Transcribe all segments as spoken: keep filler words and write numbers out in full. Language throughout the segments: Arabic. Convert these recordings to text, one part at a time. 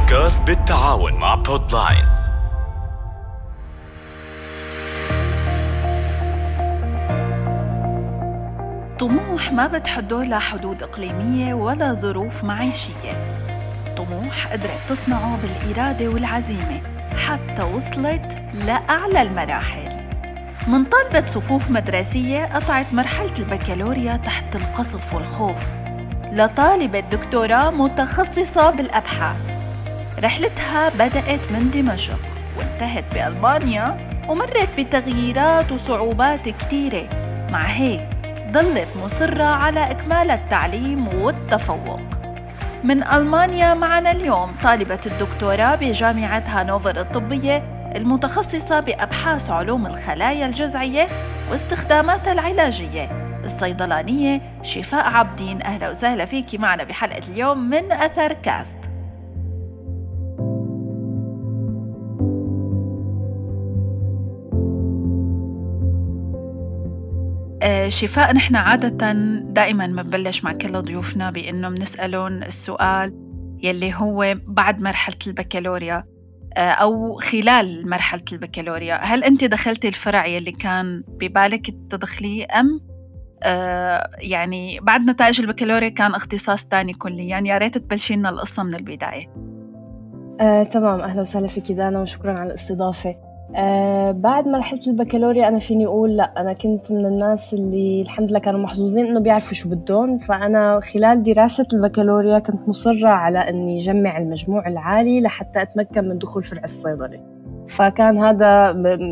بودكاست بالتعاون مع بودلاينز. طموح ما بتحدو لا حدود إقليمية ولا ظروف معيشية. طموح قدرت تصنعه بالإرادة والعزيمة حتى وصلت لأعلى المراحل. من طالبة صفوف مدرسية قطعت مرحلة البكالوريا تحت القصف والخوف لطالبة دكتوراه متخصصة بالأبحاث. رحلتها بدأت من دمشق وانتهت بألمانيا ومرت بتغييرات وصعوبات كتيرة، مع هيك ظلت مصرة على إكمال التعليم والتفوق. من ألمانيا معنا اليوم طالبة الدكتوراه بجامعة هانوفر الطبية المتخصصة بأبحاث علوم الخلايا الجذعية واستخداماتها العلاجية، الصيدلانية شفاء عابدين. أهلا وسهلا فيكي معنا بحلقة اليوم من أثر كاست. شفاء، نحن عادة دائما بنبلش مع كل ضيوفنا بأنه بنسألهم السؤال يلي هو بعد مرحلة البكالوريا أو خلال مرحلة البكالوريا، هل أنت دخلتي الفرع يلي كان ببالك تدخليه أم آه يعني بعد نتائج البكالوريا كان اختصاص تاني كلي؟ يعني يا ريت تبلشي لنا القصة من البداية. آه، تمام، أهلا وسهلا فيكي دانا وشكرا على الاستضافة. آه، بعد مرحلة البكالوريا أنا فيني أقول لا، أنا كنت من الناس اللي الحمد لله كانوا محظوظين إنه بيعرفوا شو بدهم. فأنا خلال دراسة البكالوريا كنت مصرة على إني جمع المجموع العالي لحتى أتمكن من دخول فرع الصيدلة. فكان هذا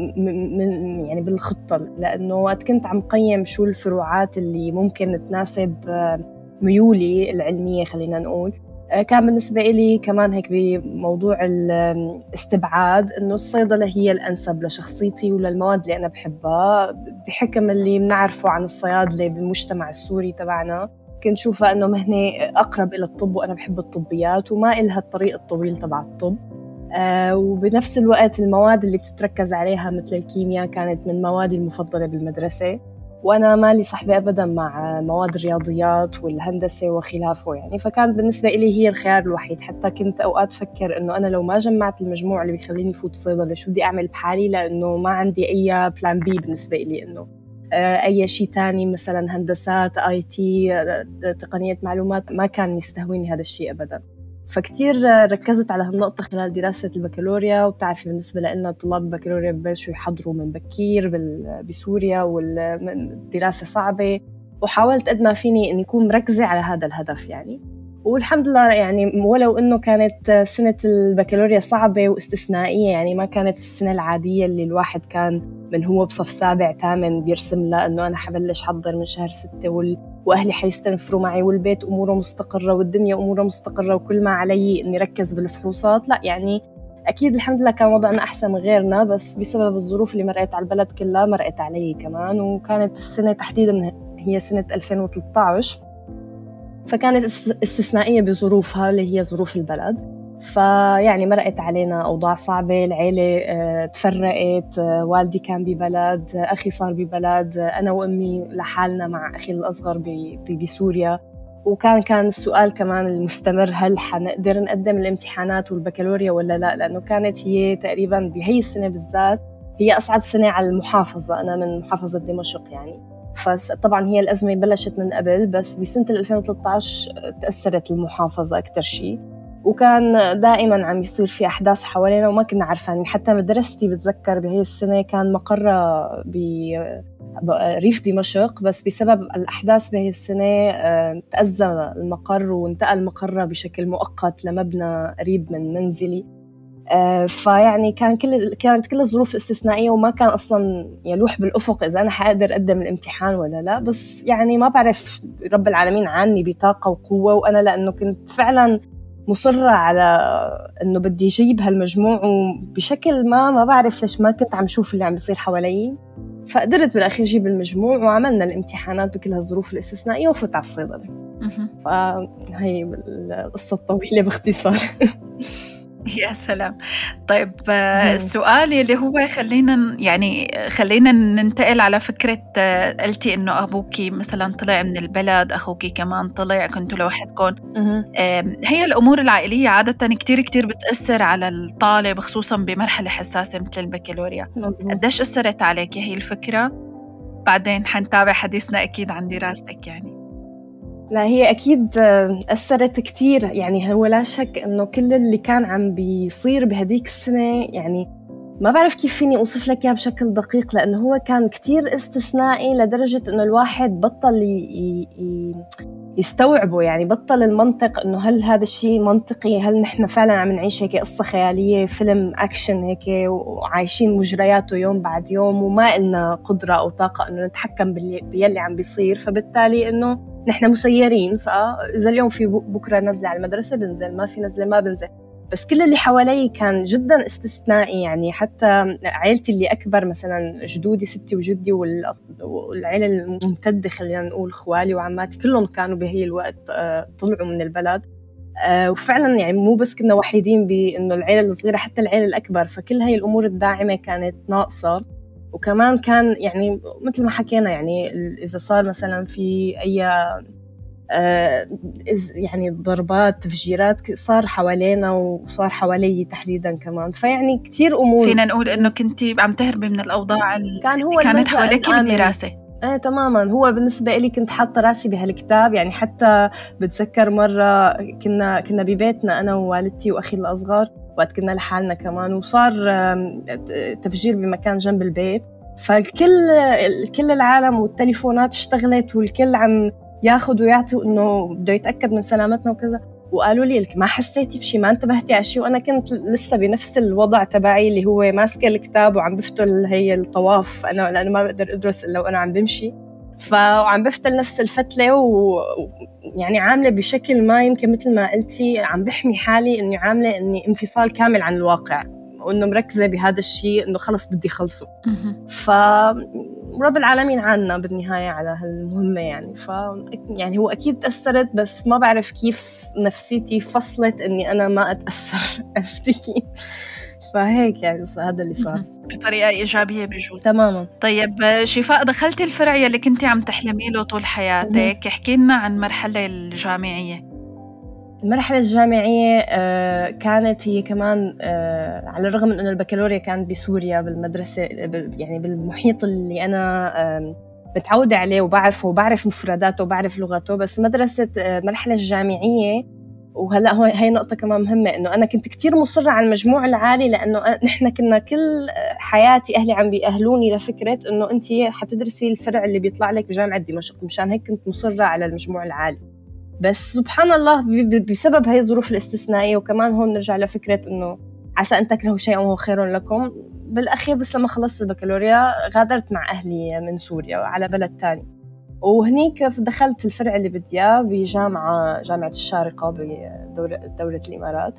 من يعني بالخطة، لأنه وقت كنت عم قيم شو الفروعات اللي ممكن تناسب ميولي العلمية خلينا نقول، كان بالنسبة إلي كمان هيك بموضوع الاستبعاد إنه الصيدلة هي الأنسب لشخصيتي وللمواد اللي أنا بحبها، بحكم اللي بنعرفه عن الصيادلة بالمجتمع السوري تبعنا. كنت شوفها إنه مهنة أقرب إلى الطب وأنا بحب الطبيات وما إلها الطريق الطويل تبع الطب. آه وبنفس الوقت المواد اللي بتتركز عليها مثل الكيمياء كانت من موادي المفضلة بالمدرسة، وأنا مالي صحبة أبداً مع مواد الرياضيات والهندسة وخلافه يعني. فكان بالنسبة إلي هي الخيار الوحيد. حتى كنت أوقات فكر إنه أنا لو ما جمعت المجموع اللي بيخليني فوت صيدلة شو بدي أعمل بحالي، لأنه ما عندي أي بلان بي بالنسبة إلي إنه أي شيء تاني مثلاً هندسات آي تي تقنية معلومات ما كان يستهويني هذا الشيء أبداً. فكتير ركزت على هالنقطة خلال دراسة البكالوريا. وبتعرفي بالنسبة لنا طلاب البكالوريا ببلشوا يحضروا من بكير بسوريا والدراسة صعبة، وحاولت قد ما فيني أن يكون مركزة على هذا الهدف يعني. والحمد لله يعني ولو أنه كانت سنة البكالوريا صعبة واستثنائية، يعني ما كانت السنة العادية اللي الواحد كان من هو بصف سابع ثامن بيرسم له أنه أنا حبلش حضر من شهر ستة وال وأهلي حيستنفروا معي والبيت أموره مستقرة والدنيا أموره مستقرة وكل ما علي إني ركز بالفحوصات. لا يعني أكيد الحمد لله كان وضعنا أحسن من غيرنا، بس بسبب الظروف اللي مرقت على البلد كلها مرقت علي كمان. وكانت السنة تحديدا هي سنة ألفين وثلاثة عشر، فكانت استثنائية بظروفها اللي هي ظروف البلد. فيعني مرقت علينا أوضاع صعبة، العيلة اه تفرقت، اه والدي كان ببلد، اه أخي صار ببلد، اه أنا وأمي لحالنا مع أخي الأصغر بسوريا. وكان كان السؤال كمان المستمر هل حنقدر نقدم الامتحانات والبكالوريا ولا لا، لأنه كانت هي تقريبا بهي السنة بالذات هي أصعب سنة على المحافظة. أنا من محافظة دمشق يعني، فطبعا هي الأزمة بلشت من قبل، بس بسنة ألفين وثلاثة عشر تأثرت المحافظة أكتر شيء. وكان دائما عم يصير في أحداث حوالينا وما كنا عارفين. حتى مدرستي بتذكر بهي السنة كان مقرها بريف دمشق، بس بسبب الأحداث بهي السنة تأذى المقر وانتقل مقرها بشكل مؤقت لمبنى قريب من منزلي. فيعني كان كل كانت كل الظروف استثنائية وما كان أصلا يلوح بالأفق إذا أنا حقدر أقدم الامتحان ولا لا. بس يعني ما بعرف رب العالمين عني بطاقة وقوة، وأنا لأنه كنت فعلا مصرة على أنه بدي أجيب هالمجموع، وبشكل ما ما بعرف ليش ما كنت عم شوف اللي عم بيصير حوالي. فقدرت بالأخير أجيب المجموع وعملنا الامتحانات بكل هالظروف الاستثنائية وفت على الصيدلة. فهي القصة الطويلة باختصار. يا سلام. طيب السؤال اللي هو خلينا يعني خلينا ننتقل على فكرة، قلتي إنه أبوكي مثلا طلع من البلد، أخوكي كمان طلع، كنتوا لوحدكم. هي الأمور العائلية عادة كتير كتير بتأثر على الطالب، خصوصا بمرحلة حساسة مثل البكالوريا. قديش أثرت عليك هي الفكرة؟ بعدين حنتابع حديثنا أكيد عن دراستك يعني. لا هي أكيد أثرت كتير، يعني هو لا شك إنه كل اللي كان عم بيصير بهديك السنة، يعني ما بعرف كيف فيني أوصف لك إياه بشكل دقيق، لأنه هو كان كتير استثنائي لدرجة إنه الواحد بطل ي... ي... يستوعبه، يعني بطل المنطق إنه هل هذا الشيء منطقي، هل نحن فعلا عم نعيش هيك قصة خيالية، فيلم أكشن هيك وعايشين مجرياته يوم بعد يوم، وما إلنا قدرة أو طاقة إنه نتحكم باللي عم بيصير. فبالتالي إنه نحن مسيرين، فإذا اليوم في بكرة نزلة على المدرسة بنزل، ما في نزلة ما بنزل. بس كل اللي حوالي كان جدا استثنائي، يعني حتى عائلتي اللي أكبر مثلا جدودي ستي وجدي والعائلة الممتدة خلينا نقول خوالي وعماتي كلهم كانوا بهي الوقت طلعوا من البلد. وفعلا يعني مو بس كنا وحيدين بأنه العائلة الصغيرة، حتى العائلة الأكبر، فكل هاي الأمور الداعمة كانت ناقصة. وكمان كان يعني مثل ما حكينا، يعني إذا صار مثلا في أي آه يعني ضربات تفجيرات صار حوالينا وصار حوالي تحديدا كمان، فيعني كتير أمور. فينا نقول إنه كنتي عم تهربي من الأوضاع كان هو اللي كانت حواليك بالدراسة. ايه تماما. هو بالنسبة لي كنت حاطة راسي بهالكتاب، يعني حتى بتذكر مرة كنا كنا ببيتنا أنا ووالدتي وأخي الأصغر وقت كنا لحالنا كمان، وصار تفجير بمكان جنب البيت، فالكل كل العالم والتليفونات اشتغلت والكل عم ياخد ويعطي انه بده يتاكد من سلامتنا وكذا. وقالوا لي ما حسيتي بشي، ما انتبهتي على شيء؟ وانا كنت لسه بنفس الوضع تبعي اللي هو ماسكه الكتاب وعم بفتل هي الطواف، انا لانه ما بقدر ادرس الا وانا عم بمشي، فعم بفتل نفس الفتله ويعني عامله بشكل ما يمكن مثل ما قلتي عم بحمي حالي اني عامله اني انفصال كامل عن الواقع، وإنه مركزة بهذا الشيء إنه خلص بدي خلصه. فرب العالمين عنا بالنهاية على هالمهمة يعني. ف يعني هو أكيد تأثرت، بس ما بعرف كيف نفسيتي فصلت إني أنا ما أتأثر أفتكي. فهيك يعني هذا اللي صار بطريقة إيجابية بجوز. تماما. طيب شفاء، دخلتي الفرع اللي كنتي عم تحلمي له طول حياتك، احكي لنا عن المرحلة الجامعية. المرحلة الجامعية كانت هي كمان على الرغم من أن البكالوريا كان بسوريا بالمدرسة، يعني بالمحيط اللي أنا متعودة عليه وبعرفه وبعرف مفرداته وبعرف لغته، بس مدرسة المرحلة الجامعية، وهلأ هاي نقطة كمان مهمة، إنه أنا كنت كتير مصرة على المجموع العالي، لأنه نحن كنا كل حياتي أهلي عم بيأهلوني لفكرة إنه أنتي حتدرسي الفرع اللي بيطلع لك بجامعة دمشق، مشان هيك كنت مصرة على المجموع العالي. بس سبحان الله بسبب هاي الظروف الاستثنائية، وكمان هون نرجع لفكرة إنه عسى أن تكرهوا شيئا وهو خير لكم، بالأخير بس لما خلصت البكالوريا غادرت مع أهلي من سوريا على بلد تاني، وهنيك دخلت الفرع اللي بدي إياه بجامعة جامعة الشارقة بدولة الإمارات.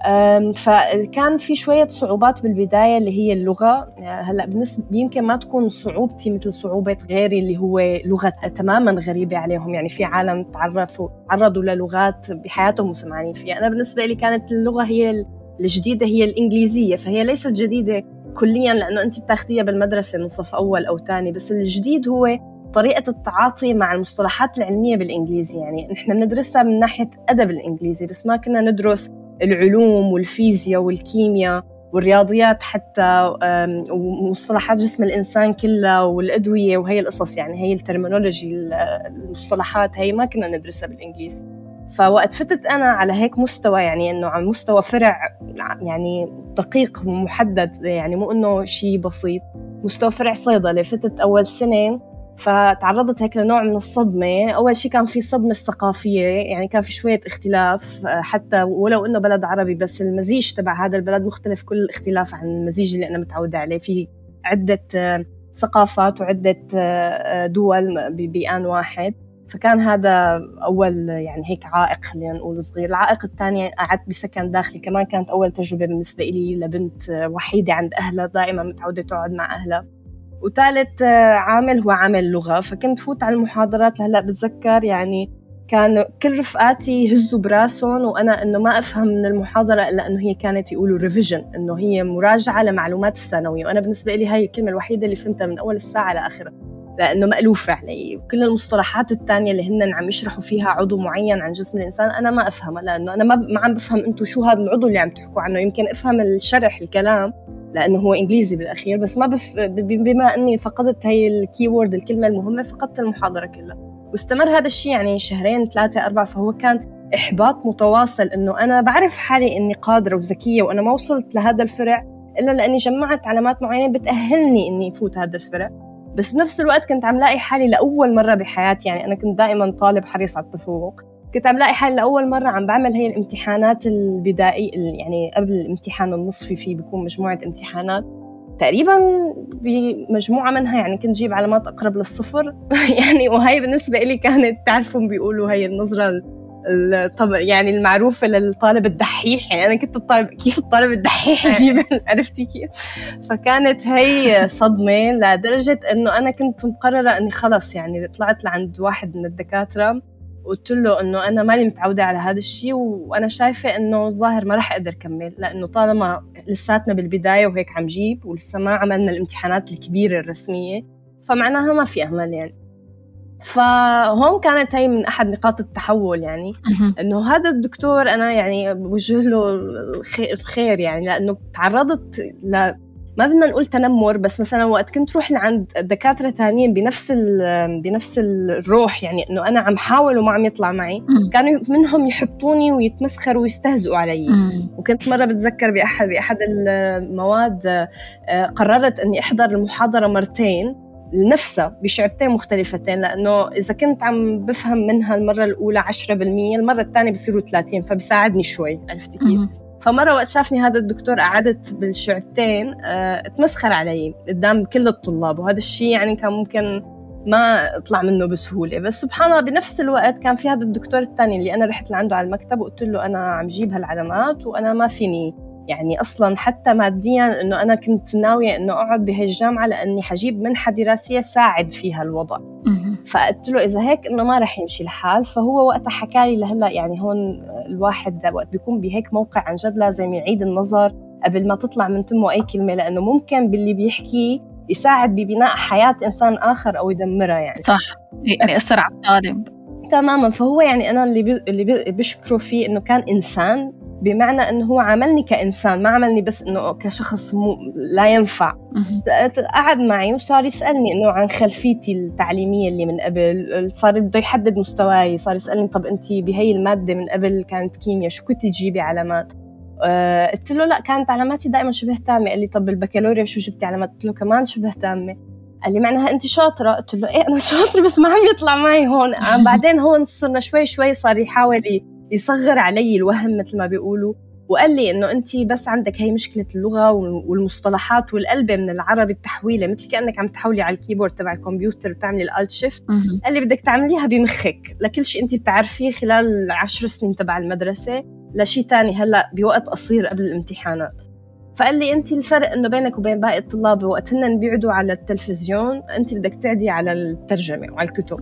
فكان في شوية صعوبات بالبداية اللي هي اللغة. هلأ بالنسبة يمكن ما تكون صعوبتي مثل صعوبة غيري اللي هو لغة تماما غريبة عليهم، يعني في عالم تعرفوا تعرضوا للغات بحياتهم وسمعانين فيها. أنا بالنسبة لي كانت اللغة هي الجديدة هي الإنجليزية، فهي ليست جديدة كليا لأنه أنت بتاخديها بالمدرسة من صف أول أو تاني، بس الجديد هو طريقة التعاطي مع المصطلحات العلمية بالإنجليزي. يعني نحن بندرسها من ناحية أدب الإنجليزي، بس ما كنا ندرس العلوم والفيزياء والكيمياء والرياضيات حتى، ومصطلحات جسم الإنسان كله والأدوية وهي القصص، يعني هي الترمينولوجي المصطلحات هي ما كنا ندرسها بالإنجليزي. فوقت فتت أنا على هيك مستوى، يعني إنه على مستوى فرع يعني دقيق محدد، يعني مو إنه شيء بسيط، مستوى فرع صيدلة. فتت أول سنة فتعرضت هيك لنوع من الصدمة. أول شيء كان في صدمة ثقافية، يعني كان في شوية اختلاف، حتى ولو إنه بلد عربي بس المزيج تبع هذا البلد مختلف كل الاختلاف عن المزيج اللي أنا متعودة عليه، فيه عدة ثقافات وعدة دول بآن واحد. فكان هذا أول يعني هيك عائق خلينا نقول صغير. العائق الثاني قعدت بسكن داخلي، كمان كانت أول تجربة بالنسبة لي لبنت وحيدة عند أهلها، دائما متعودة تقعد مع أهلها. وثالث عامل هو عامل لغة، فكنت فوت على المحاضرات. هلأ بتذكر يعني كان كل رفقاتي يهزوا براسهم وأنا إنه ما أفهم من المحاضرة إلا إنه هي كانت يقولوا ريفيجن، إنه هي مراجعة لمعلومات الثانوية، وأنا بالنسبة لي هاي الكلمة الوحيدة اللي فهمتها من أول الساعة لآخرها، لأنه مألوفة علي. وكل المصطلحات التانية اللي هن عم يشرحوا فيها عضو معين عن جسم الإنسان أنا ما أفهمها، لأنه أنا ما, ما عم بفهم أنتوا شو هذا العضو اللي عم تحكوا عنه. يمكن أفهم الشرح الكلام لأنه هو إنجليزي بالأخير، بس ما بف... بما أني فقدت هاي الكيورد الكلمة المهمة فقدت المحاضرة كلها. واستمر هذا الشيء يعني شهرين ثلاثة أربعة، فهو كان إحباط متواصل إنه أنا بعرف حالي إني قادرة وذكية وأنا ما وصلت لهذا الفرع إلا لأني جمعت علامات معينة بتأهلني إني فوت هذا الفرع. بس بنفس الوقت كنت عم لاقي حالي لأول مرة بحياتي، يعني أنا كنت دائما طالب حريص على التفوق، كنت عم لاقي حالي لأول مرة عم بعمل هي الامتحانات البدائية، يعني قبل الامتحان النصفي فيه بيكون مجموعة امتحانات تقريبا بمجموعة منها يعني كنت جيب علامات أقرب للصفر يعني. وهي بالنسبة لي كانت تعرفون بيقولوا هي النظرة الطبع يعني المعروفة للطالب الدحيح، يعني أنا كنت الطالب كيف الطالب الدحيح يجيب عرفتي كيف. فكانت هي صدمة لدرجة أنه أنا كنت مقررة أني خلص يعني طلعت لعند واحد من الدكاترة وقلت له أنه أنا مالي متعودة على هذا الشيء وأنا شايفة أنه الظاهر ما رح أقدر كمل، لأنه طالما لساتنا بالبداية وهيك عم جيب ولسه ما عملنا الامتحانات الكبيرة الرسمية فمعناها ما في أمل يعني. فهون كانت هي من أحد نقاط التحول يعني أنه هذا الدكتور أنا يعني بوجه له الخير يعني، لأنه تعرضت ل ما بدنا نقول تنمر، بس مثلا وقت كنت روح لعند دكاترة تانيين بنفس بنفس الروح يعني انه انا عم حاول وما عم يطلع معي، كانوا منهم يحبطوني ويتمسخروا ويستهزئوا علي. وكنت مرة بتذكر بأحد بأحد المواد قررت اني احضر المحاضرة مرتين لنفسها بشعبتين مختلفتين، لأنه إذا كنت عم بفهم منها المرة الأولى عشرة بالمية المرة الثانية بصيروا ثلاثين، فبيساعدني شوي عرفتي كيف. فمرة وقت شافني هذا الدكتور قعدت بالشعبتين اه اتمسخر علي قدام كل الطلاب، وهذا الشيء يعني كان ممكن ما اطلع منه بسهولة. بس سبحان الله بنفس الوقت كان في هذا الدكتور الثاني اللي أنا رحت لعنده على المكتب وقلت له أنا عم جيب هالعلامات وأنا ما فيني يعني أصلاً حتى مادياً إنه أنا كنت ناوية إنه أقعد بهي الجامعة لأني حجيب منحة دراسية ساعد فيها الوضع. فقلت له إذا هيك إنه ما رح يمشي الحال. فهو وقتها حكالي لهلا يعني هون الواحد وقت بيكون بهيك موقع عن جد لازم يعيد النظر قبل ما تطلع من تمه أي كلمة، لأنه ممكن باللي بيحكي يساعد ببناء حياة إنسان آخر أو يدمرها يعني. صح، يعني يأثر على الطالب تماماً. فهو يعني أنا اللي بي اللي بي بشكره فيه إنه كان إنسان، بمعنى أنه هو عملني كإنسان ما عملني بس أنه كشخص لا ينفع. قعد معي وصار يسألني أنه عن خلفيتي التعليمية اللي من قبل، صار بده يحدد مستواي، صار يسألني طب أنتي بهاي المادة من قبل كانت كيمياء شو كنت تجيبي علامات؟ أه قلت له لا كانت علاماتي دائما شبه تامة. قال لي طب بالبكالوريا شو جبتي علامات؟ قلت له كمان شبه تامة. قال لي معناها أنت شاطرة؟ قلت له إيه أنا شاطرة بس ما عم يطلع معي هون. بعدين هون صرنا شوي شوي صار يحاول يصغر علي الوهم مثل ما بيقولوا، وقال لي إنه أنتي بس عندك هاي مشكلة اللغة والمصطلحات والقلبة من العربي التحويلة، مثل كأنك عم تحولي على الكيبورد تبع الكمبيوتر وتعملي الالت شيفت. قال لي بدك تعمليها بمخك لكل شيء أنتي بتعرفيه خلال عشر سنين تبع المدرسة لشيء تاني هلأ بوقت قصير قبل الامتحانات. فقال لي أنتي الفرق إنه بينك وبين باقي الطلاب وقت هن بيعدوا على التلفزيون أنتي بدك تعدي على الترجمة وعلى الكتب.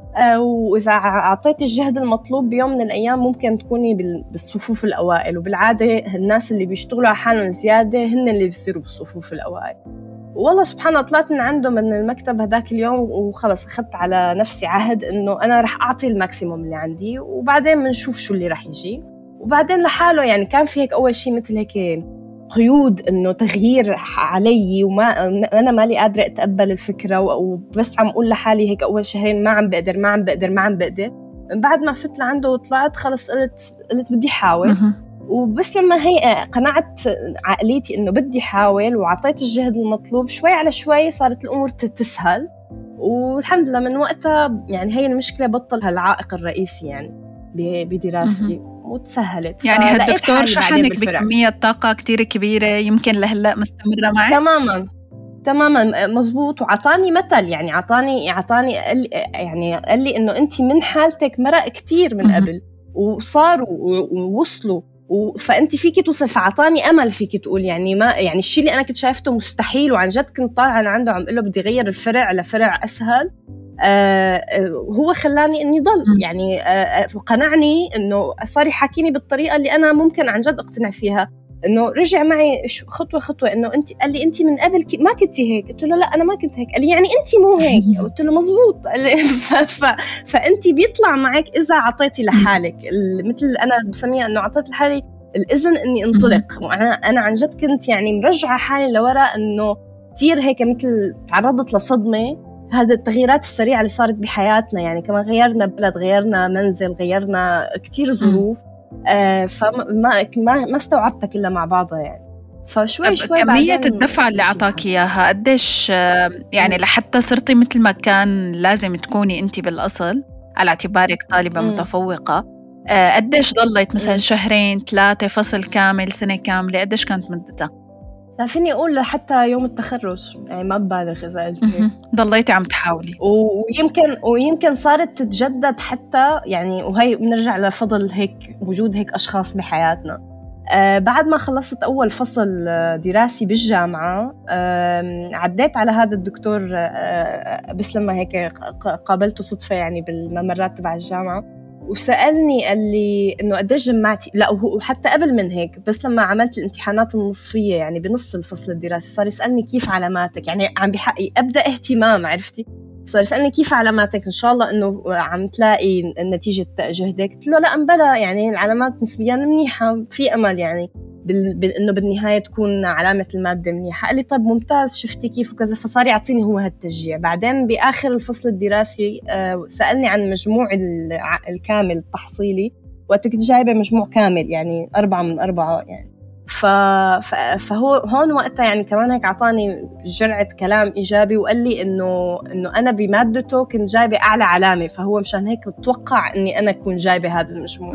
وإذا أعطيت الجهد المطلوب بيوم من الأيام ممكن تكوني بالصفوف الأوائل، وبالعادة الناس اللي بيشتغلوا على حالهم زيادة هن اللي بيصيروا بالصفوف الأوائل. والله سبحان الله طلعت من عنده من المكتب هداك اليوم وخلص أخذت على نفسي عهد إنه أنا رح أعطي الماكسيموم اللي عندي وبعدين منشوف شو اللي رح يجي. وبعدين لحاله يعني كان في هيك أول شيء مثل هيك قيود إنه تغيير علي وما أنا مالي قادرة أتقبل الفكرة، وبس عم أقول لحالي هيك أول شهرين ما عم بقدر ما عم بقدر ما عم بقدر. من بعد ما فت لعنده وطلعت خلص قلت قلت بدي حاول. وبس لما هي قنعت عقليتي إنه بدي حاول وعطيت الجهد المطلوب شوي على شوي صارت الأمور تتسهل، والحمد لله من وقتها يعني هي المشكلة بطل هالعائق الرئيسي يعني بدراستي وتسهلت. يعني هالدكتور شحنك بكمية طاقة كتير كبيرة يمكن لهلأ مستمرة معك؟ تماماً تماماً مزبوط. وعطاني مثل يعني عطاني عطاني قال يعني قال لي إنه أنت من حالتك مرق كتير من قبل وصاروا ووصلوا فأنت فيكي توصل، فعطاني أمل فيكي تقول يعني ما يعني الشيء اللي أنا كنت شايفته مستحيل وعن جد كنت طالعة عنده عم قله بدي غير الفرع لفرع أسهل، آه هو خلاني إني ضل يعني آه قنعني إنه صار يحاكيني بالطريقة اللي أنا ممكن عن جد أقتنع فيها. إنه رجع معي خطوة خطوة إنه أنت، قال لي أنت من قبل ما كنتي هيك. قلت له لا أنا ما كنت هيك. قال لي يعني أنت مو هيك. قلت له مزبوط. فأنت بيطلع معك إذا عطيتي لحالك، مثل أنا بسميها إنه عطيت لحالي الإذن إني انطلق. وأنا أنا عن جد كنت يعني مرجعة حالي لورا، إنه كتير هيك مثل تعرضت لصدمة. هذا التغييرات السريعة اللي صارت بحياتنا، يعني كمان غيرنا بلد، غيرنا منزل، غيرنا كتير ظروف. آه فما ما ما استوعبتها كلها مع بعضها يعني. فشوي شوي كمية الدفعة اللي عطاك إياها قديش يعني لحتى صرتي مثل ما كان لازم تكوني أنت بالأصل على اعتبارك طالبة م. متفوقة؟ قديش ضليت مثلا م. شهرين ثلاثة، فصل كامل، سنة كاملة؟ قديش كانت مدتها؟ لا فيني أقول لحتى يوم التخرج، يعني ما ببالغ إذا قلت هيك. ضليتي عم تحاولي، ويمكن ويمكن صارت تتجدد حتى يعني. وهي بنرجع لفضل هيك وجود هيك أشخاص بحياتنا. آه بعد ما خلصت أول فصل دراسي بالجامعة، آه عديت على هذا الدكتور، آه بس لما هيك قابلته صدفة يعني بالممرات تبع الجامعة، وسألني قال لي إنه قديش جمعتي. لا وحتى قبل من هيك، بس لما عملت الامتحانات النصفية يعني بنص الفصل الدراسي، صار يسألني كيف علاماتك، يعني عم بحقي أبدأ اهتمام، عرفتي؟ صار يسألني كيف علاماتك، إن شاء الله إنه عم تلاقي نتيجة جهدك. قلت له لا أنبلا، يعني العلامات نسبيا منيحة، في أمل يعني إنه بالنهاية تكون علامة المادة منيحة. قال لي طب ممتاز، شفتي كيف وكذا. فصار يعطيني هو هالتشجيع. بعدين بآخر الفصل الدراسي سألني عن مجموع الكامل التحصيلي، وقت كنت جايبة مجموع كامل يعني أربعة من أربعة يعني. ف... فهو هون وقتها يعني كمان هيك عطاني جرعة كلام إيجابي، وقال لي إنه إنه أنا بمادته كنت جايبة أعلى علامة، فهو مشان هيك متوقع إني أنا أكون جايبة هذا المجموع.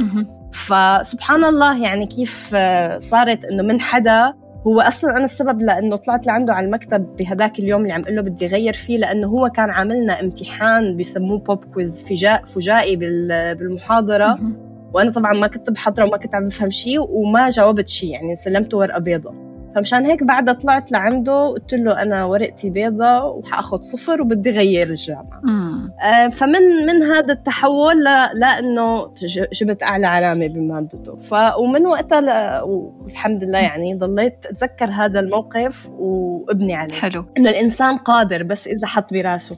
فسبحان الله يعني كيف صارت إنه من حدا هو أصلاً أنا السبب لأنه طلعت لعنده على المكتب بهداك اليوم اللي عم قله بدي غير فيه، لأنه هو كان عاملنا امتحان بيسموه بوب كويز فجاء فجائي بالمحاضرة. وأنا طبعاً ما كنت بحضره وما كنت عم بفهم شيء وما جاوبت شيء، يعني سلمته ورقة بيضة. فمشان هيك بعد طلعت لعنده قلت له أنا ورقتي بيضة وحأخذ صفر وبدي غير الجامعة. آه فمن من هذا التحول لأنه جبت أعلى علامة بمادته. ف ومن وقتها والحمد لله يعني ضليت أتذكر هذا الموقف وابني عليه. حلو. إنه الإنسان قادر بس إذا حط براسه.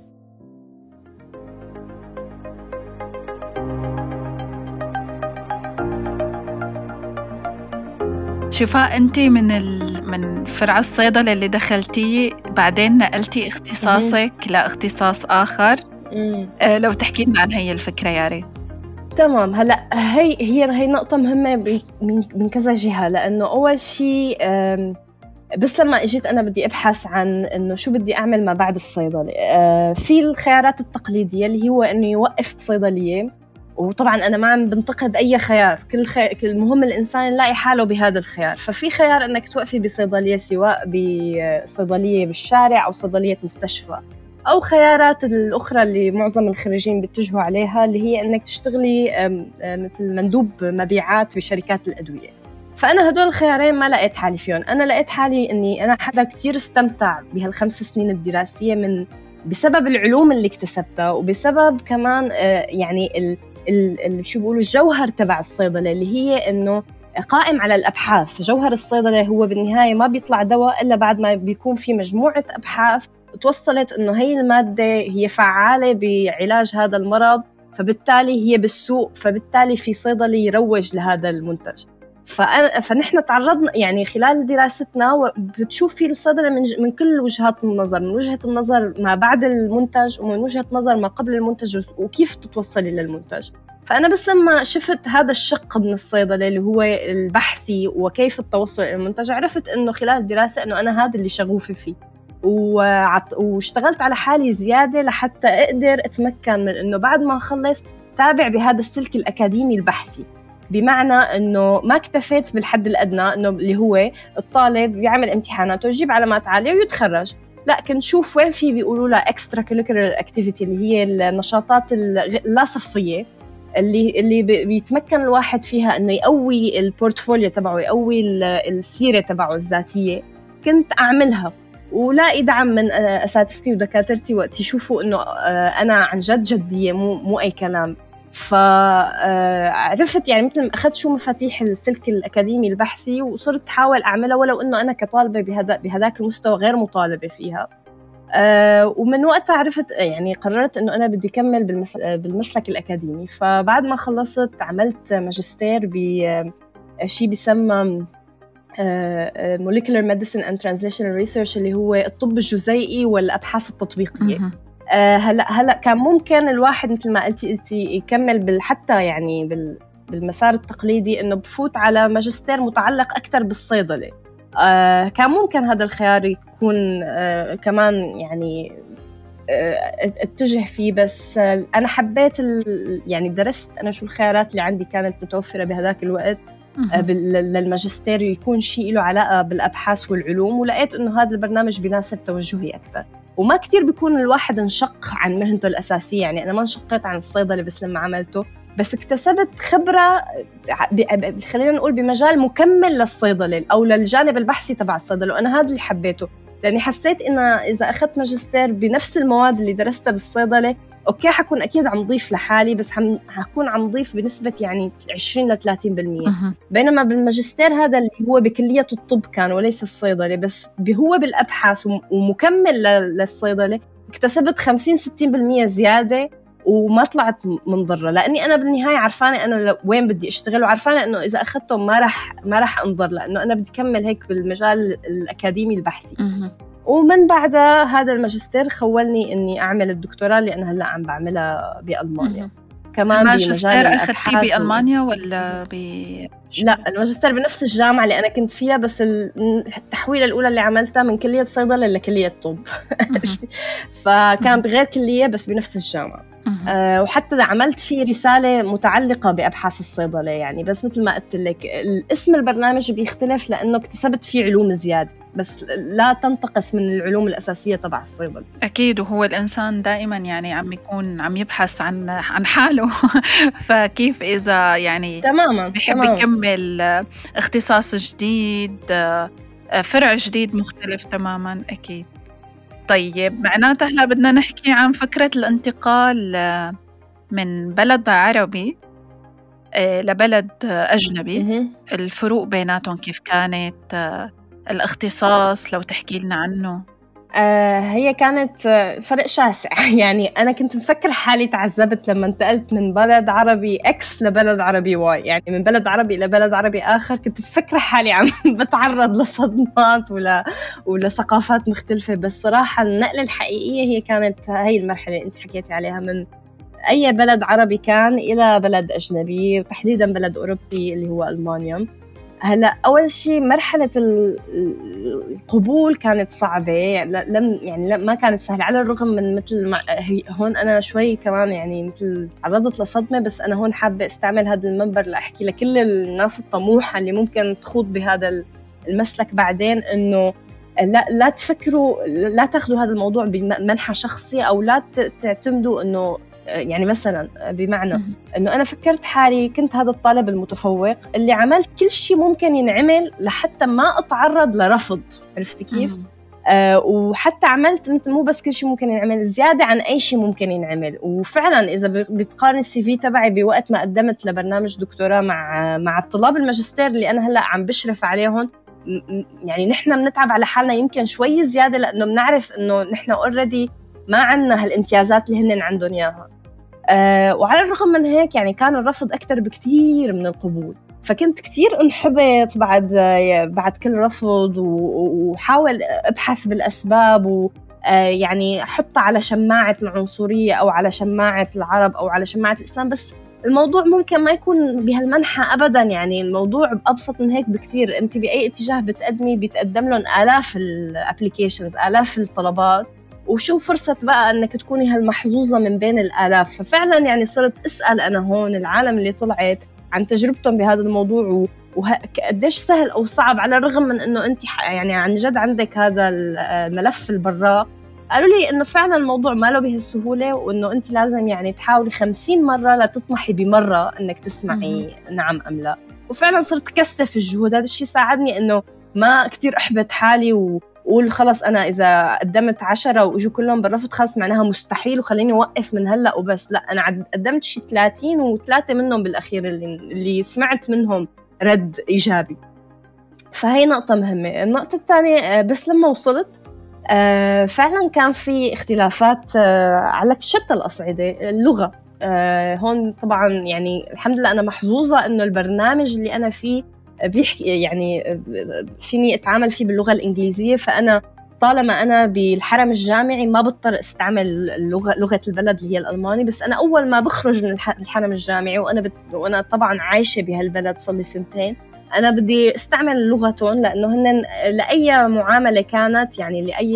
شفاء، أنت من ال... من فرع الصيدلة اللي دخلتيه بعدين نقلتي اختصاصك لاختصاص آخر. آه لو تحكي لنا عن هي الفكرة يا ريت. تمام. هلا هي هي هي نقطة مهمة من من كذا جهة، لأنه أول شيء بس لما اجيت أنا بدي أبحث عن إنه شو بدي أعمل ما بعد الصيدلة، في الخيارات التقليدية اللي هو إنه يوقف بصيدلية. وطبعاً أنا ما عم بنتقد أي خيار، كل خي... كل مهم الإنسان يلاقي حاله بهذا الخيار. ففي خيار إنك توقفي بصيدلية، سواء بصيدلية بالشارع أو صيدلية مستشفى، أو خيارات الأخرى اللي معظم الخريجين بيتجهوا عليها، اللي هي إنك تشتغلي مثل مندوب مبيعات بشركات الأدوية. فأنا هدول الخيارين ما لقيت حالي فيهم. أنا لقيت حالي إني أنا حدا كتير استمتع بهالخمس سنين الدراسية من بسبب العلوم اللي اكتسبتها، وبسبب كمان يعني ال ال شو بيقولوا الجوهر تبع الصيدلة، اللي هي إنه قائم على الأبحاث. جوهر الصيدلة هو بالنهاية ما بيطلع دواء إلا بعد ما بيكون في مجموعة أبحاث توصلت إنه هي المادة هي فعالة بعلاج هذا المرض، فبالتالي هي بالسوق، فبالتالي في صيدلي يروج لهذا المنتج. فنحن تعرضنا يعني خلال دراستنا بتشوف في الصيدلة من, من كل وجهات النظر، من وجهة النظر ما بعد المنتج ومن وجهة نظر ما قبل المنتج وكيف تتوصلي للمنتج. فأنا بس لما شفت هذا الشق من الصيدلة اللي هو البحثي وكيف التوصل إلى المنتج، عرفت إنه خلال الدراسة إنه أنا هذا اللي شغوفة فيه، واشتغلت على حالي زيادة لحتى أقدر أتمكن من إنه بعد ما أخلص تابع بهذا السلك الأكاديمي البحثي. بمعنى إنه ما اكتفيت بالحد الأدنى إنه اللي هو الطالب يعمل امتحاناته ويجيب علامات عالية ويتخرج، لا كنت شوف وين في بيقولوا لها extra curricular activity اللي هي النشاطات اللا صفية اللي اللي بيتمكن الواحد فيها إنه يقوي البورتفوليو تبعه، يقوي السيرة تبعه الذاتية. كنت أعملها ولاقي دعم من أساتذتي ودكاترتي وقت يشوفوا إنه أنا عن جد جدية مو مو أي كلام. فعرفت يعني مثل ما أخذت شو مفاتيح السلك الأكاديمي البحثي وصرت حاول أعملها، ولو إنه أنا كطالبة بهذا بهذاك المستوى غير مطالبة فيها. أه ومن وقتها عرفت يعني قررت إنه أنا بدي كمل بالمس... بالمسلك الأكاديمي. فبعد ما خلصت عملت ماجستير بشيء بيسمى Uh, molecular medicine and translational research اللي هو الطب الجزيئي والأبحاث التطبيقية. uh, هلأ هلأ كان ممكن الواحد مثل ما قلتي قلتي يكمل بال حتى يعني بال بالمسار التقليدي إنه بفوت على ماجستير متعلق أكتر بالصيدلة. uh, كان ممكن هذا الخيار يكون uh, كمان يعني uh, اتجه فيه، بس uh, أنا حبيت ال... يعني درست أنا شو الخيارات اللي عندي كانت متوفرة بهذاك الوقت للماجستير يكون شيء له علاقة بالأبحاث والعلوم، ولقيت إنه هذا البرنامج بيناسب توجهي أكثر. وما كتير بيكون الواحد انشق عن مهنته الأساسية، يعني أنا ما انشقيت عن الصيدلة بس لما عملته، بس اكتسبت خبرة خلينا نقول بمجال مكمل للصيدلة أو للجانب البحثي تبع الصيدلة، وأنا هذا اللي حبيته، لأني حسيت إن إذا أخذت ماجستير بنفس المواد اللي درستها بالصيدلة أوكي حكون أكيد عم ضيف لحالي، بس حكون عم ضيف بنسبة يعني عشرين لثلاثين بالمية. بينما بالماجستير هذا اللي هو بكلية الطب كان وليس الصيدلة، بس هو بالأبحاث ومكمل للصيدلة، اكتسبت خمسين ستين بالمية زيادة وما طلعت منضرة، لأني أنا بالنهاية عرفانة أنا وين بدي أشتغل، وعرفانة إنه إذا أخذتهم ما رح ما رح أنضر، لأنه أنا بدي كمل هيك بالمجال الأكاديمي البحثي. ومن بعدها هذا الماجستير خولني إني أعمل الدكتوراه اللي أنا هلأ عم بعملها بألمانيا. كمان الماجستير أخذتيه بألمانيا ولا ب... لا، الماجستير بنفس الجامعة اللي أنا كنت فيها، بس التحويلة الأولى اللي عملتها من كلية صيدلة لكلية طب فكان بغير كلية بس بنفس الجامعة. أه وحتى عملت فيه رسالة متعلقة بأبحاث الصيدلة يعني، بس مثل ما قلت لك الاسم البرنامج بيختلف لأنه اكتسبت فيه علوم زيادة، بس لا تنتقص من العلوم الأساسية تبع الصيدلة. أكيد، وهو الإنسان دائما يعني عم يكون عم يبحث عن عن حاله فكيف إذا يعني تماما بيحب تمام. يكمل اختصاص جديد، فرع جديد مختلف تماما. أكيد. طيب معناته هلا بدنا نحكي عن فكرة الانتقال من بلد عربي لبلد أجنبي، الفروق بيناتهم كيف كانت، الاختصاص لو تحكي لنا عنه. آه هي كانت فرق شاسع يعني أنا كنت مفكر حالي تعذبت لما انتقلت من بلد عربي إكس لبلد عربي واي، يعني من بلد عربي إلى بلد عربي آخر كنت مفكرة حالي عم بتعرض لصدمات ولا ولثقافات مختلفة. بس صراحة النقلة الحقيقية هي كانت هاي المرحلة اللي أنت حكيتي عليها، من أي بلد عربي كان إلى بلد أجنبي، وتحديداً بلد أوروبي اللي هو ألمانيا. هلا أول شيء مرحلة القبول كانت صعبة، لم يعني ما كانت سهلة، على الرغم من مثل ما هون أنا شوي كمان يعني مثل تعرضت لصدمة، بس أنا هون حابة استعمل هذا المنبر لأحكي لكل الناس الطموحة اللي ممكن تخوض بهذا المسلك بعدين، إنه لا لا تفكروا، لا تاخذوا هذا الموضوع بمنحى شخصي، أو لا تعتمدوا إنه يعني مثلا بمعنى انه انا فكرت حالي كنت هذا الطالب المتفوق اللي عملت كل شيء ممكن ينعمل لحتى ما اتعرض لرفض، عرفتي كيف؟ آه وحتى عملت مو بس كل شيء ممكن ينعمل، زياده عن اي شيء ممكن ينعمل. وفعلا اذا بتقارن السي في تبعي بوقت ما قدمت لبرنامج دكتوراه مع مع الطلاب الماجستير اللي انا هلا عم بشرف عليهم، يعني نحن بنتعب على حالنا يمكن شوي زياده، لانه بنعرف انه نحن اوريدي ما عنا هالامتيازات اللي هن عندهم اياها. أه وعلى الرغم من هيك يعني كان الرفض أكتر بكتير من القبول، فكنت كتير انحبط بعد بعد كل رفض، وحاول أبحث بالأسباب، ويعني أحط على شماعة العنصرية أو على شماعة العرب أو على شماعة الإسلام، بس الموضوع ممكن ما يكون بهالمنحى أبداً. يعني الموضوع أبسط من هيك بكتير، أنت بأي اتجاه بتقدمي بيتقدم لهم آلاف الابليكيشنز، آلاف الطلبات، وشو فرصة بقى أنك تكوني هالمحظوظة من بين الآلاف. ففعلا يعني صرت أسأل أنا هون العالم اللي طلعت عن تجربتهم بهذا الموضوع، وقديش سهل أو صعب، على الرغم من أنه أنت يعني عن جد عندك هذا الملف البراء. قالوا لي أنه فعلا الموضوع ما له بهالسهولة، وأنه أنت لازم يعني تحاولي خمسين مرة لا تطمحي بمرة أنك تسمعي نعم أم لا. وفعلا صرت كثف الجهود، هذا الشيء ساعدني أنه ما كتير أحبط حالي و وقول خلص أنا إذا قدمت عشرة وإجوا كلهم بالرفض خلص معناها مستحيل وخليني أوقف من هلأ وبس. لا، أنا قدمت شي ثلاثين وثلاثة منهم بالأخير اللي, اللي سمعت منهم رد إيجابي. فهي نقطة مهمة. النقطة الثانية بس لما وصلت فعلا كان في اختلافات على شتى الأصعدة. اللغة هون طبعا يعني الحمد لله أنا محظوظة إنه البرنامج اللي أنا فيه بيحكي يعني فيني أتعامل فيه باللغة الإنجليزية، فأنا طالما أنا بالحرم الجامعي ما بضطر استعمل اللغة لغة البلد اللي هي الألماني. بس أنا أول ما بخرج من الحرم الجامعي وأنا بت... وأنا طبعا عايشة بهالبلد صار لي سنتين، أنا بدي استعمل لغتهم لأنه هن لأي معاملة كانت يعني لأي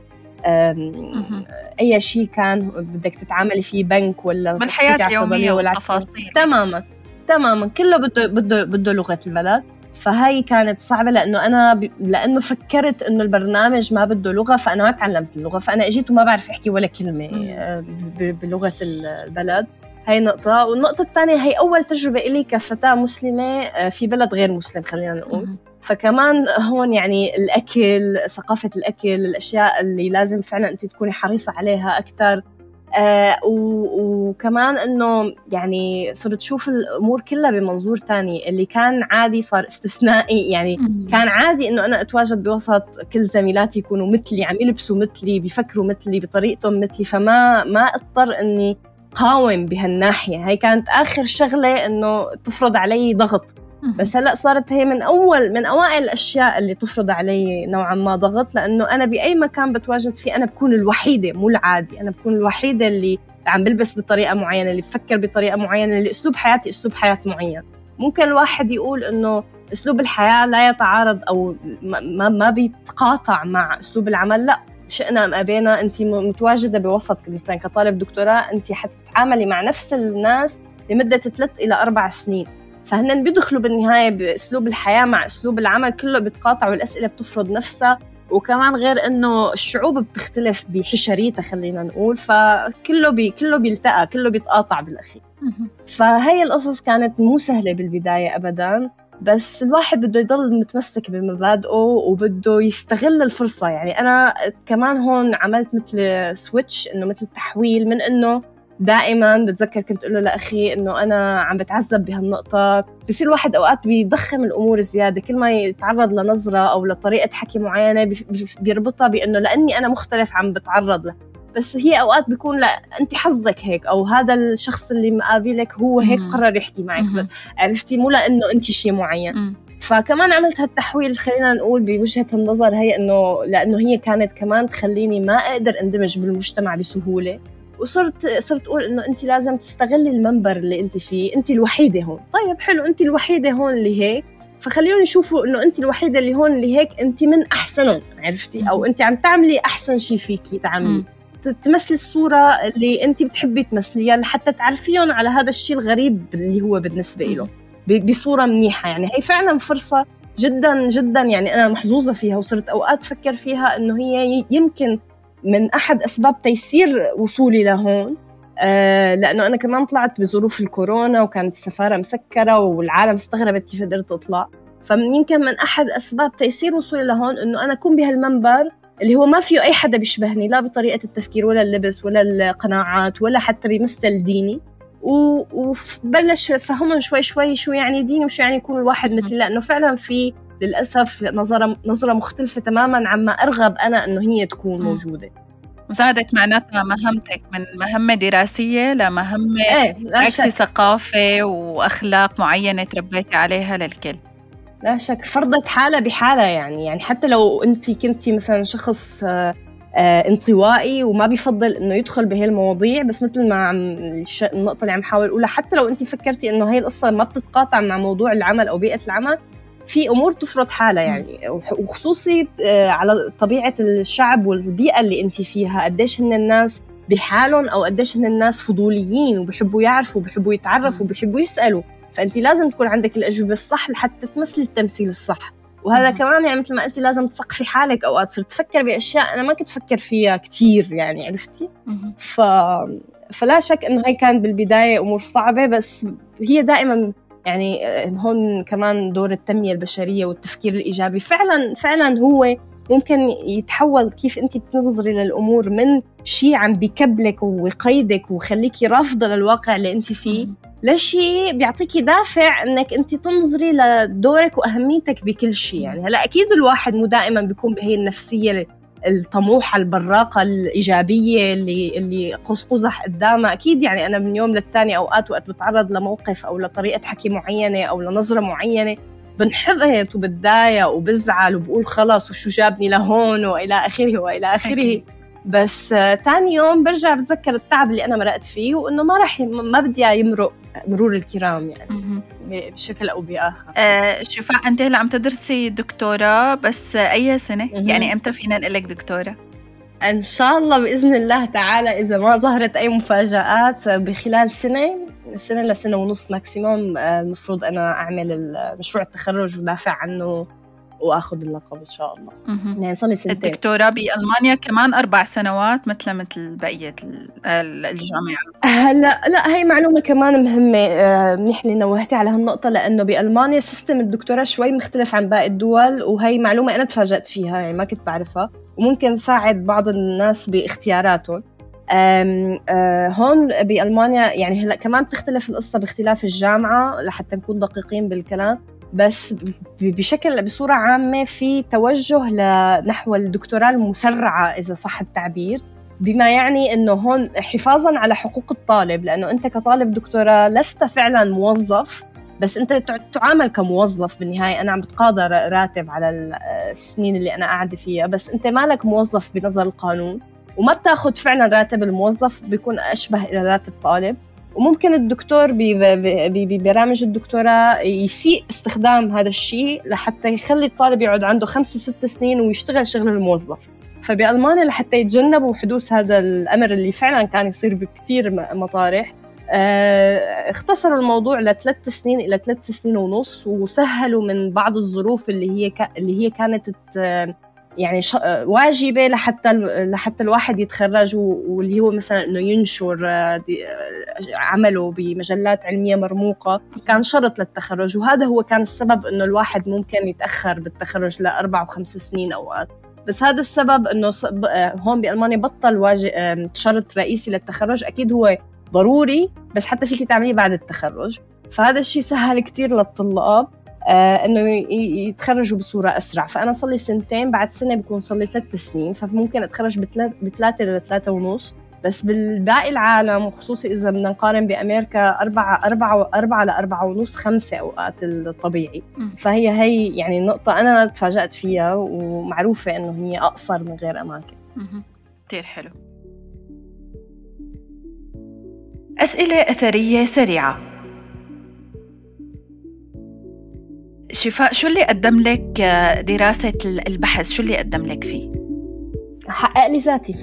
أي شيء كان بدك تتعاملي فيه بنك ولا من حياة اليومية والتفاصيل تماما تماما كله بده بده بده لغة البلد. فهي كانت صعبة لأنه أنا ب... لأنه فكرت إنه البرنامج ما بده لغة، فأنا ما تعلمت اللغة، فأنا إجيت وما بعرف أحكي ولا كلمة ب... بلغة البلد. هاي نقطة. والنقطة الثانية هي أول تجربة إلي كفتاة مسلمة في بلد غير مسلم خلينا نقول. فكمان هون يعني الأكل، ثقافة الأكل، الأشياء اللي لازم فعلا أنت تكوني حريصة عليها أكتر. آه وكمان إنه يعني صرت شوف الأمور كلها بمنظور تاني. اللي كان عادي صار استثنائي. يعني كان عادي إنه أنا أتواجد بوسط كل زميلاتي يكونوا مثلي، عم يلبسوا مثلي، بيفكروا مثلي، بطريقتهم مثلي، فما ما اضطر إني قاوم بهالناحية. هاي كانت آخر شغلة إنه تفرض علي ضغط. بس هلأ صارت هي من أول من أوائل الأشياء اللي تفرض علي نوعا ما ضغط، لأنه أنا بأي مكان بتواجد فيه أنا بكون الوحيدة، مو العادي، أنا بكون الوحيدة اللي عم بلبس بطريقة معينة، اللي بفكر بطريقة معينة، اللي أسلوب حياتي أسلوب حياة معين. ممكن الواحد يقول إنه أسلوب الحياة لا يتعارض أو ما ما بيتقاطع مع أسلوب العمل. لا، شئنا أم أبينا أنت متواجدة بوسط مثلا كطالب دكتوراه، أنت حتتعاملي مع نفس الناس لمدة ثلاث إلى أربع سنين، فهن بيدخلوا بالنهاية بأسلوب الحياة مع أسلوب العمل، كله بيتقاطع والأسئلة بتفرض نفسها. وكمان غير إنه الشعوب بتختلف بحشريتها خلينا نقول، فكله بي كله بيلتقى، كله بيتقاطع بالأخير. فهي القصص كانت مو سهلة بالبداية أبداً، بس الواحد بده يضل متمسك بمبادئه وبده يستغل الفرصة. يعني أنا كمان هون عملت مثل سويتش، إنه مثل تحويل من إنه دائما بتذكر كنت أقول له لأخي إنه أنا عم بتعذب بهالنقطة. بصير الواحد أوقات بيضخم الأمور زيادة، كل ما يتعرض لنظرة أو لطريقة حكي معينة بيربطها بأنه لأني أنا مختلف عم بتعرض له. بس هي أوقات بيكون لا، أنت حظك هيك، أو هذا الشخص اللي مقابلك هو هيك قرر يحكي معك، عرفتي، مو لأنه أنت شيء معين. فكمان عملت هالتحويل خلينا نقول بوجهة النظر هي إنه لأنه هي كانت كمان تخليني ما أقدر اندمج بالمجتمع بسهولة. وصرت صرت أقول إنه أنت لازم تستغلي المنبر اللي أنت فيه، أنت الوحيدة هون. طيب حلو، أنت الوحيدة هون اللي هيك، فخليهم يشوفوا إنه أنت الوحيدة اللي هون اللي هيك، أنت من أحسنهم، عرفتي، أو أنت عم تعملي أحسن شيء فيكي تعملي، تمثلي الصورة اللي أنت بتحبي تمثليها لحتى تعرفيهم على هذا الشيء الغريب اللي هو بالنسبة له بصورة منيحة. يعني هي فعلا فرصة جدا جدا، يعني أنا محظوظة فيها. وصرت أوقات فكر فيها إنه هي يمكن من أحد أسباب تيسير وصولي لهون، آه لأنه أنا كمان طلعت بظروف الكورونا وكانت السفارة مسكرة والعالم استغربت كيف قدرت أطلع. فيمكن من أحد أسباب تيسير وصولي لهون إنه أنا أكون بهالمنبر اللي هو ما فيه أي حدا بيشبهني، لا بطريقة التفكير ولا اللبس ولا القناعات ولا حتى بمثل ديني. وبلش فهمهم شوي شوي شو يعني ديني وشو يعني يكون الواحد مثلي، لأنه فعلا في للأسف نظرة نظرة مختلفة تماماً عما أرغب أنا إنه هي تكون موجودة. زادت معناتها مهمتك من مهمة دراسية لمهمة ايه عكس ثقافة وأخلاق معينة تربيتي عليها للكل. لا شك فرضت حالة بحالة. يعني يعني حتى لو أنت كنتي مثلا شخص آه آه انطوائي وما بيفضل إنه يدخل بهي المواضيع، بس مثل ما عم النقطة اللي عم حاول أقولها، حتى لو أنت فكرتي إنه هي القصة ما بتتقاطع مع موضوع العمل أو بيئة العمل، في أمور تفرض حالها. يعني وخصوصي على طبيعة الشعب والبيئة اللي أنت فيها، قديش هن الناس بحالهم أو قديش هن الناس فضوليين وبيحبوا يعرفوا وبيحبوا يتعرفوا وبيحبوا يسألوا. فأنت لازم تكون عندك الأجوبة الصح لحتى تمثل التمثيل الصح. وهذا كمان يعني مثل ما قلتي لازم تثقفي حالك. أوقات صرت تفكر بأشياء أنا ما كنت أفكر فيها كتير، يعني عرفتي. ف... فلا شك إنه هي كانت بالبداية أمور صعبة، بس هي دائما يعني هون كمان دور التنمية البشرية والتفكير الإيجابي فعلا فعلا هو ممكن يتحول كيف أنت بتنظري للأمور من شيء عم بيكبلك ويقيدك وخليكي رافضة للواقع اللي أنت فيه لشيء بيعطيكي دافع أنك أنت تنظري لدورك وأهميتك بكل شيء. يعني هلأ أكيد الواحد مو دائما بيكون بهي النفسية الطموحة البراقة الإيجابية اللي اللي قوس قزح قدامها. أكيد يعني أنا من يوم للتاني أوقات وقت بتعرض لموقف أو لطريقة حكي معينة أو لنظرة معينة بنحبط وبتضايق وبزعل وبقول خلاص وشو جابني لهون وإلى آخره وإلى آخره. بس آه تاني يوم برجع بتذكر التعب اللي أنا مرقت فيه وإنه ما رح ما بدي يمرق مرور الكرام يعني بشكل أو بآخر. آه شفاء، أنت هلا عم تدرسي دكتوراه، بس أي سنة؟ يعني إمتى فينا نقلك دكتورة؟ إن شاء الله بإذن الله تعالى إذا ما ظهرت أي مفاجآت بخلال سنة سنة لسنة ونص ماكسيموم المفروض أنا أعمل مشروع التخرج ودافع عنه وأخذ اللقب إن شاء الله. يعني صار لي سنتين. الدكتوراه بألمانيا كمان أربع سنوات مثل مثل بقية الجامعة. هلا لا هي معلومة كمان مهمة منيح اللي نوهتي على هالنقطة، لأنه بألمانيا سيستم الدكتوراه شوي مختلف عن باقي الدول، وهي معلومة أنا تفاجأت فيها يعني ما كنت بعرفها وممكن تساعد بعض الناس باختياراتهم. أم أه هون بألمانيا يعني هلا كمان بتختلف القصة باختلاف الجامعة لحتى نكون دقيقين بالكلام، بس بشكل بصورة عامة في توجه لنحو الدكتوراه المسرعة إذا صح التعبير، بما يعني أنه هون حفاظاً على حقوق الطالب، لأنه أنت كطالب دكتوراه لست فعلاً موظف بس أنت تعامل كموظف بالنهاية. أنا عم بتقاضى راتب على السنين اللي أنا قاعدة فيها، بس أنت مالك موظف بنظر القانون وما بتاخد فعلاً راتب الموظف، بيكون أشبه إلى راتب طالب. وممكن الدكتور ببرامج الدكتوراه يسيء استخدام هذا الشيء لحتى يخلي الطالب يقعد عنده خمس وست سنين ويشتغل شغل الموظف. فبألمانيا لحتى يتجنبوا حدوث هذا الأمر اللي فعلا كان يصير بكتير مطارح، اختصروا الموضوع لثلاث سنين إلى ثلاث سنين ونص، وسهلوا من بعض الظروف اللي هي ك... اللي هي كانت يعني ش... واجبة لحتى لحتى الواحد يتخرج، واللي هو مثلا إنه ينشر عمله بمجلات علمية مرموقة كان شرط للتخرج. وهذا هو كان السبب إنه الواحد ممكن يتأخر بالتخرج لأربع وخمس سنين أوقات. بس هذا السبب إنه هون بألمانيا بطل واجب شرط رئيسي للتخرج. أكيد هو ضروري بس حتى فيك تعمليه بعد التخرج، فهذا الشيء سهل كتير للطلاب آه إنه يتخرجوا بصورة أسرع. فأنا صار لي سنتين، بعد سنة بكون صار لي ثلاث سنين، فممكن أتخرج بثلاثة إلى ثلاثة ونص. بس بالباقي العالم وخصوصي إذا بدنا نقارن بأمريكا أربعة أربعة أربعة لأربعة ونص خمسة أوقات الطبيعي. فهي هي يعني نقطة أنا تفاجأت فيها، ومعروفة إنه هي أقصر من غير أماكن. كتير حلو. أسئلة أثرية سريعة. شفاء، شو اللي قدم لك دراسة البحث؟ شو اللي قدم لك فيه؟ حقق لي ذاتي.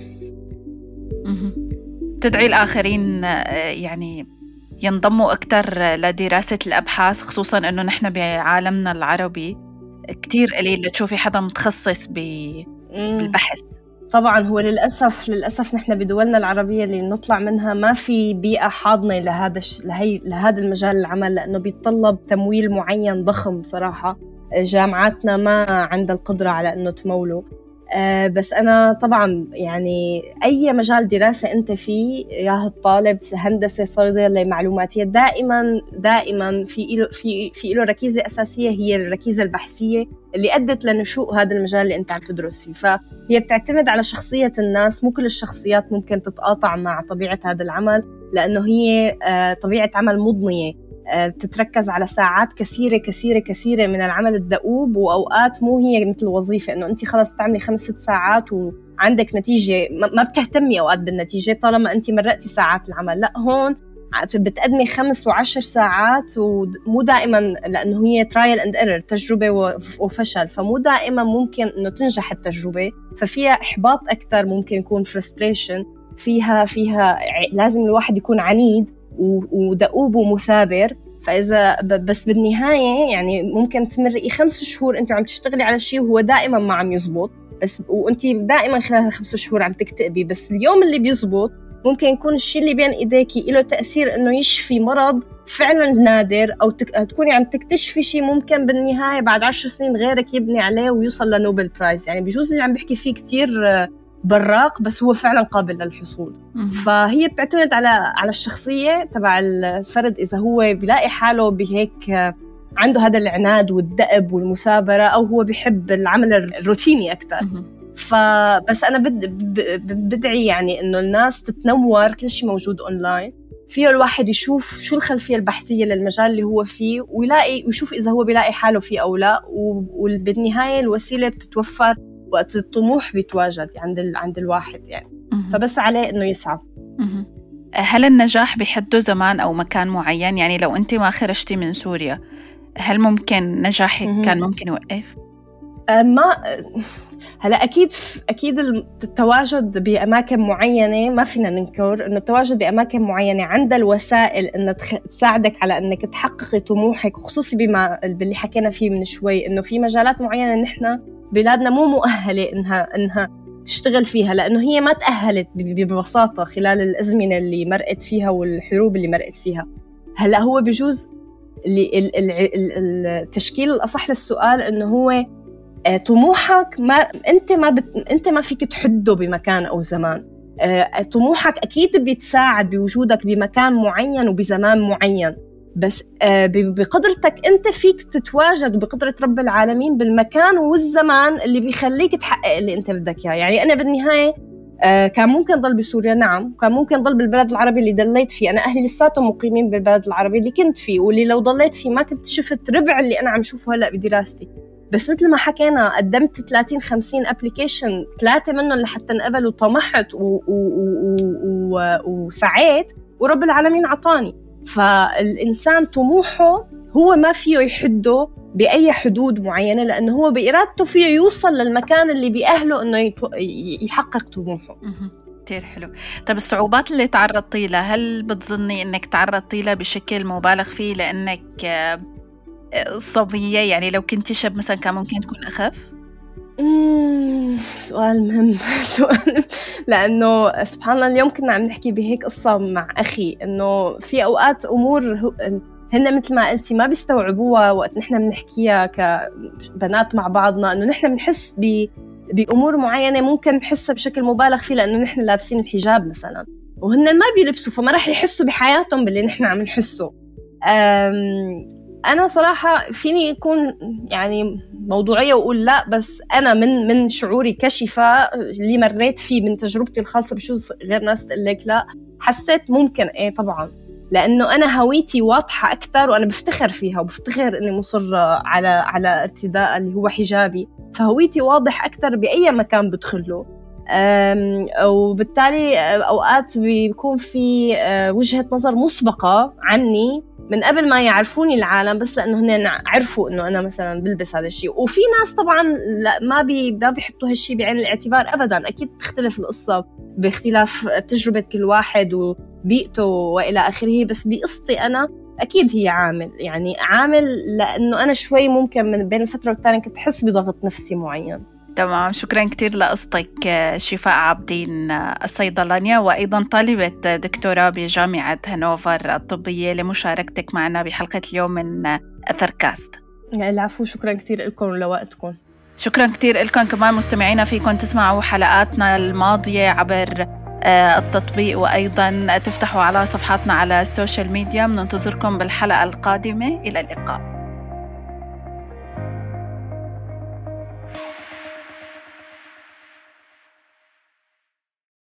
تدعي الآخرين يعني ينضموا أكتر لدراسة الأبحاث، خصوصاً أنه نحن بعالمنا العربي كتير قليل لتشوفي حدا متخصص بالبحث. طبعاً هو للأسف للأسف نحن بدولنا العربية اللي نطلع منها ما في بيئة حاضنة لهذا لهي لهذا المجال العمل، لأنه بيتطلب تمويل معين ضخم صراحة. جامعاتنا ما عندها القدرة على أنه تموله. أه بس أنا طبعاً يعني أي مجال دراسة أنت فيه، يا الطالب هندسة صيدلة معلوماتية، دائماً دائماً في إله في في إله ركيزة أساسية هي الركيزة البحثية اللي أدت لنشوء هذا المجال اللي أنت عم تدرس فيه. فهي بتعتمد على شخصية الناس، مو كل الشخصيات ممكن تتقاطع مع طبيعة هذا العمل، لأنه هي أه طبيعة عمل مضنية بتتركز على ساعات كثيرة كثيرة كثيرة من العمل الدؤوب، وأوقات مو هي مثل الوظيفة إنه أنت خلاص بتعملي خمس ست ساعات وعندك نتيجة، ما بتهتمي أوقات بالنتيجة طالما أنت مرقتي ساعات العمل. لا، هون بتقدمي خمس وعشر ساعات، ومو دائما لأنه هي trial and error، تجربة وفشل، فمو دائما ممكن إنه تنجح التجربة، ففيها إحباط أكتر، ممكن يكون frustration فيها فيها لازم الواحد يكون عنيد ودؤوب ومثابر. فإذا بس بالنهاية يعني ممكن تمرقي خمس شهور أنت عم تشتغلي على شيء وهو دائما ما عم يزبط، بس وأنت دائما خلال خمس شهور عم تكتئبي، بس اليوم اللي بيزبط ممكن يكون الشيء اللي بين إيديكي له تأثير إنه يشفي مرض فعلا نادر، أو تك... تكوني عم تكتشفي شيء ممكن بالنهاية بعد عشر سنين غيرك يبني عليه ويوصل لنوبل برايز. يعني بجوز اللي عم بحكي فيه كتير براق بس هو فعلا قابل للحصول. فهي بتعتمد على على الشخصية تبع الفرد، إذا هو بيلاقي حاله بهيك عنده هذا العناد والدأب والمثابرة، أو هو بيحب العمل الروتيني أكتر. فبس أنا بد... بدعي يعني إنه الناس تتنور، كل شيء موجود أونلاين، فيه الواحد يشوف شو الخلفية البحثية للمجال اللي هو فيه ويلاقي ويشوف إذا هو بيلاقي حاله فيه أو لا، وبالنهاية الوسيلة بتتوفر وقت الطموح بيتواجد عند ال... عند الواحد يعني. فبس عليه إنه يسعى. هل النجاح بحده زمان أو مكان معين؟ يعني لو أنت ما خرجتي من سوريا هل ممكن نجاحك كان ممكن يوقف؟ ما هلا أكيد أكيد التواجد بأماكن معينة ما فينا ننكر إنه التواجد بأماكن معينة عند الوسائل إنها تساعدك على إنك تحققي طموحك، وخصوصي بما باللي حكينا فيه من شوي إنه في مجالات معينة نحن بلادنا مو مؤهلة إنها إنها تشتغل فيها، لأنه هي ما تأهلت ببساطة خلال الأزمنة اللي مرقت فيها والحروب اللي مرقت فيها. هلا هو بجوز التشكيل الأصح للسؤال إنه هو طموحك ما أنت ما بت... أنت ما فيك تحده بمكان أو زمان. طموحك أكيد بيتساعد بوجودك بمكان معين وبزمان معين، بس بقدرتك أنت فيك تتواجد بقدرة رب العالمين بالمكان والزمان اللي بيخليك تحقق اللي أنت بدك إياه. يعني أنا بالنهاية كان ممكن ضل بسوريا، نعم، كان ممكن ضل بالبلد العربي اللي ضليت فيه. أنا أهلي لساتهم مقيمين بالبلد العربي اللي كنت فيه، واللي لو ضليت فيه ما كنت شفت ربع اللي أنا عم شوفه هلأ بدراستي. بس مثل ما حكينا قدمت ثلاثين خمسين ابليكيشن، ثلاثة منهم لحتى انقبل وطمحت وسعيت ورب العالمين عطاني. فالإنسان طموحه هو ما فيه يحده بأي حدود معينة، لأنه هو بإرادته فيه يوصل للمكان اللي بيأهله إنه يحقق طموحه. كتير حلو. طب الصعوبات اللي تعرضتي لها هل بتظني إنك تعرضتي لها بشكل مبالغ فيه لأنك صبية؟ يعني لو كنتي شاب مثلا كان ممكن تكون أخف؟ مم، سؤال مهم. سؤال لأنه سبحان الله اليوم كنا عم نحكي بهيك قصة مع أخي إنه في أوقات أمور هن مثل ما قلتي ما بيستوعبوها وقت نحن بنحكيها كبنات مع بعضنا، إنه نحن بنحس ب بأمور معينة ممكن نحسها بشكل مبالغ فيه لأنه نحن لابسين الحجاب مثلا، وهن ما بيلبسوا فما رح يحسوا بحياتهم باللي نحن عم نحسه. أنا صراحة فيني يكون يعني موضوعية وأقول لا، بس أنا من من شعوري كشفاء اللي مريت فيه من تجربتي الخاصة بشوز غير ناس تقلك لا، حسيت ممكن إيه طبعاً، لأنه أنا هويتي واضحة أكتر وأنا بفتخر فيها وبفتخر إني مصرة على على ارتداء اللي هو حجابي، فهويتي واضح أكتر بأي مكان بدخله. وبالتالي أوقات بيكون في وجهة نظر مسبقة عني من قبل ما يعرفوني العالم، بس لأنه هن عرفوا إنه أنا مثلاً بلبس هذا الشيء. وفي ناس طبعاً لا ما بي ما بيحطوا هالشيء بعين الاعتبار أبداً. أكيد تختلف القصة باختلاف تجربة كل واحد وبيئته وإلى آخره، بس بقصتي أنا أكيد هي عامل، يعني عامل لأنه أنا شوي ممكن من بين الفترة والتانية كنت أحس بضغط نفسي معين. تمام، شكرا كتير لقصتك شفاء عابدين، الصيدلانية وأيضا طالبة دكتوراه بجامعة هانوفر الطبية، لمشاركتك معنا بحلقة اليوم من أثركاست. العفو، شكرا كتير لكم ولوقتكم. شكرا كتير لكم كمان مستمعينا. فيكم تسمعوا حلقاتنا الماضية عبر التطبيق، وأيضا تفتحوا على صفحاتنا على السوشيال ميديا. بننتظركم بالحلقة القادمة. إلى اللقاء.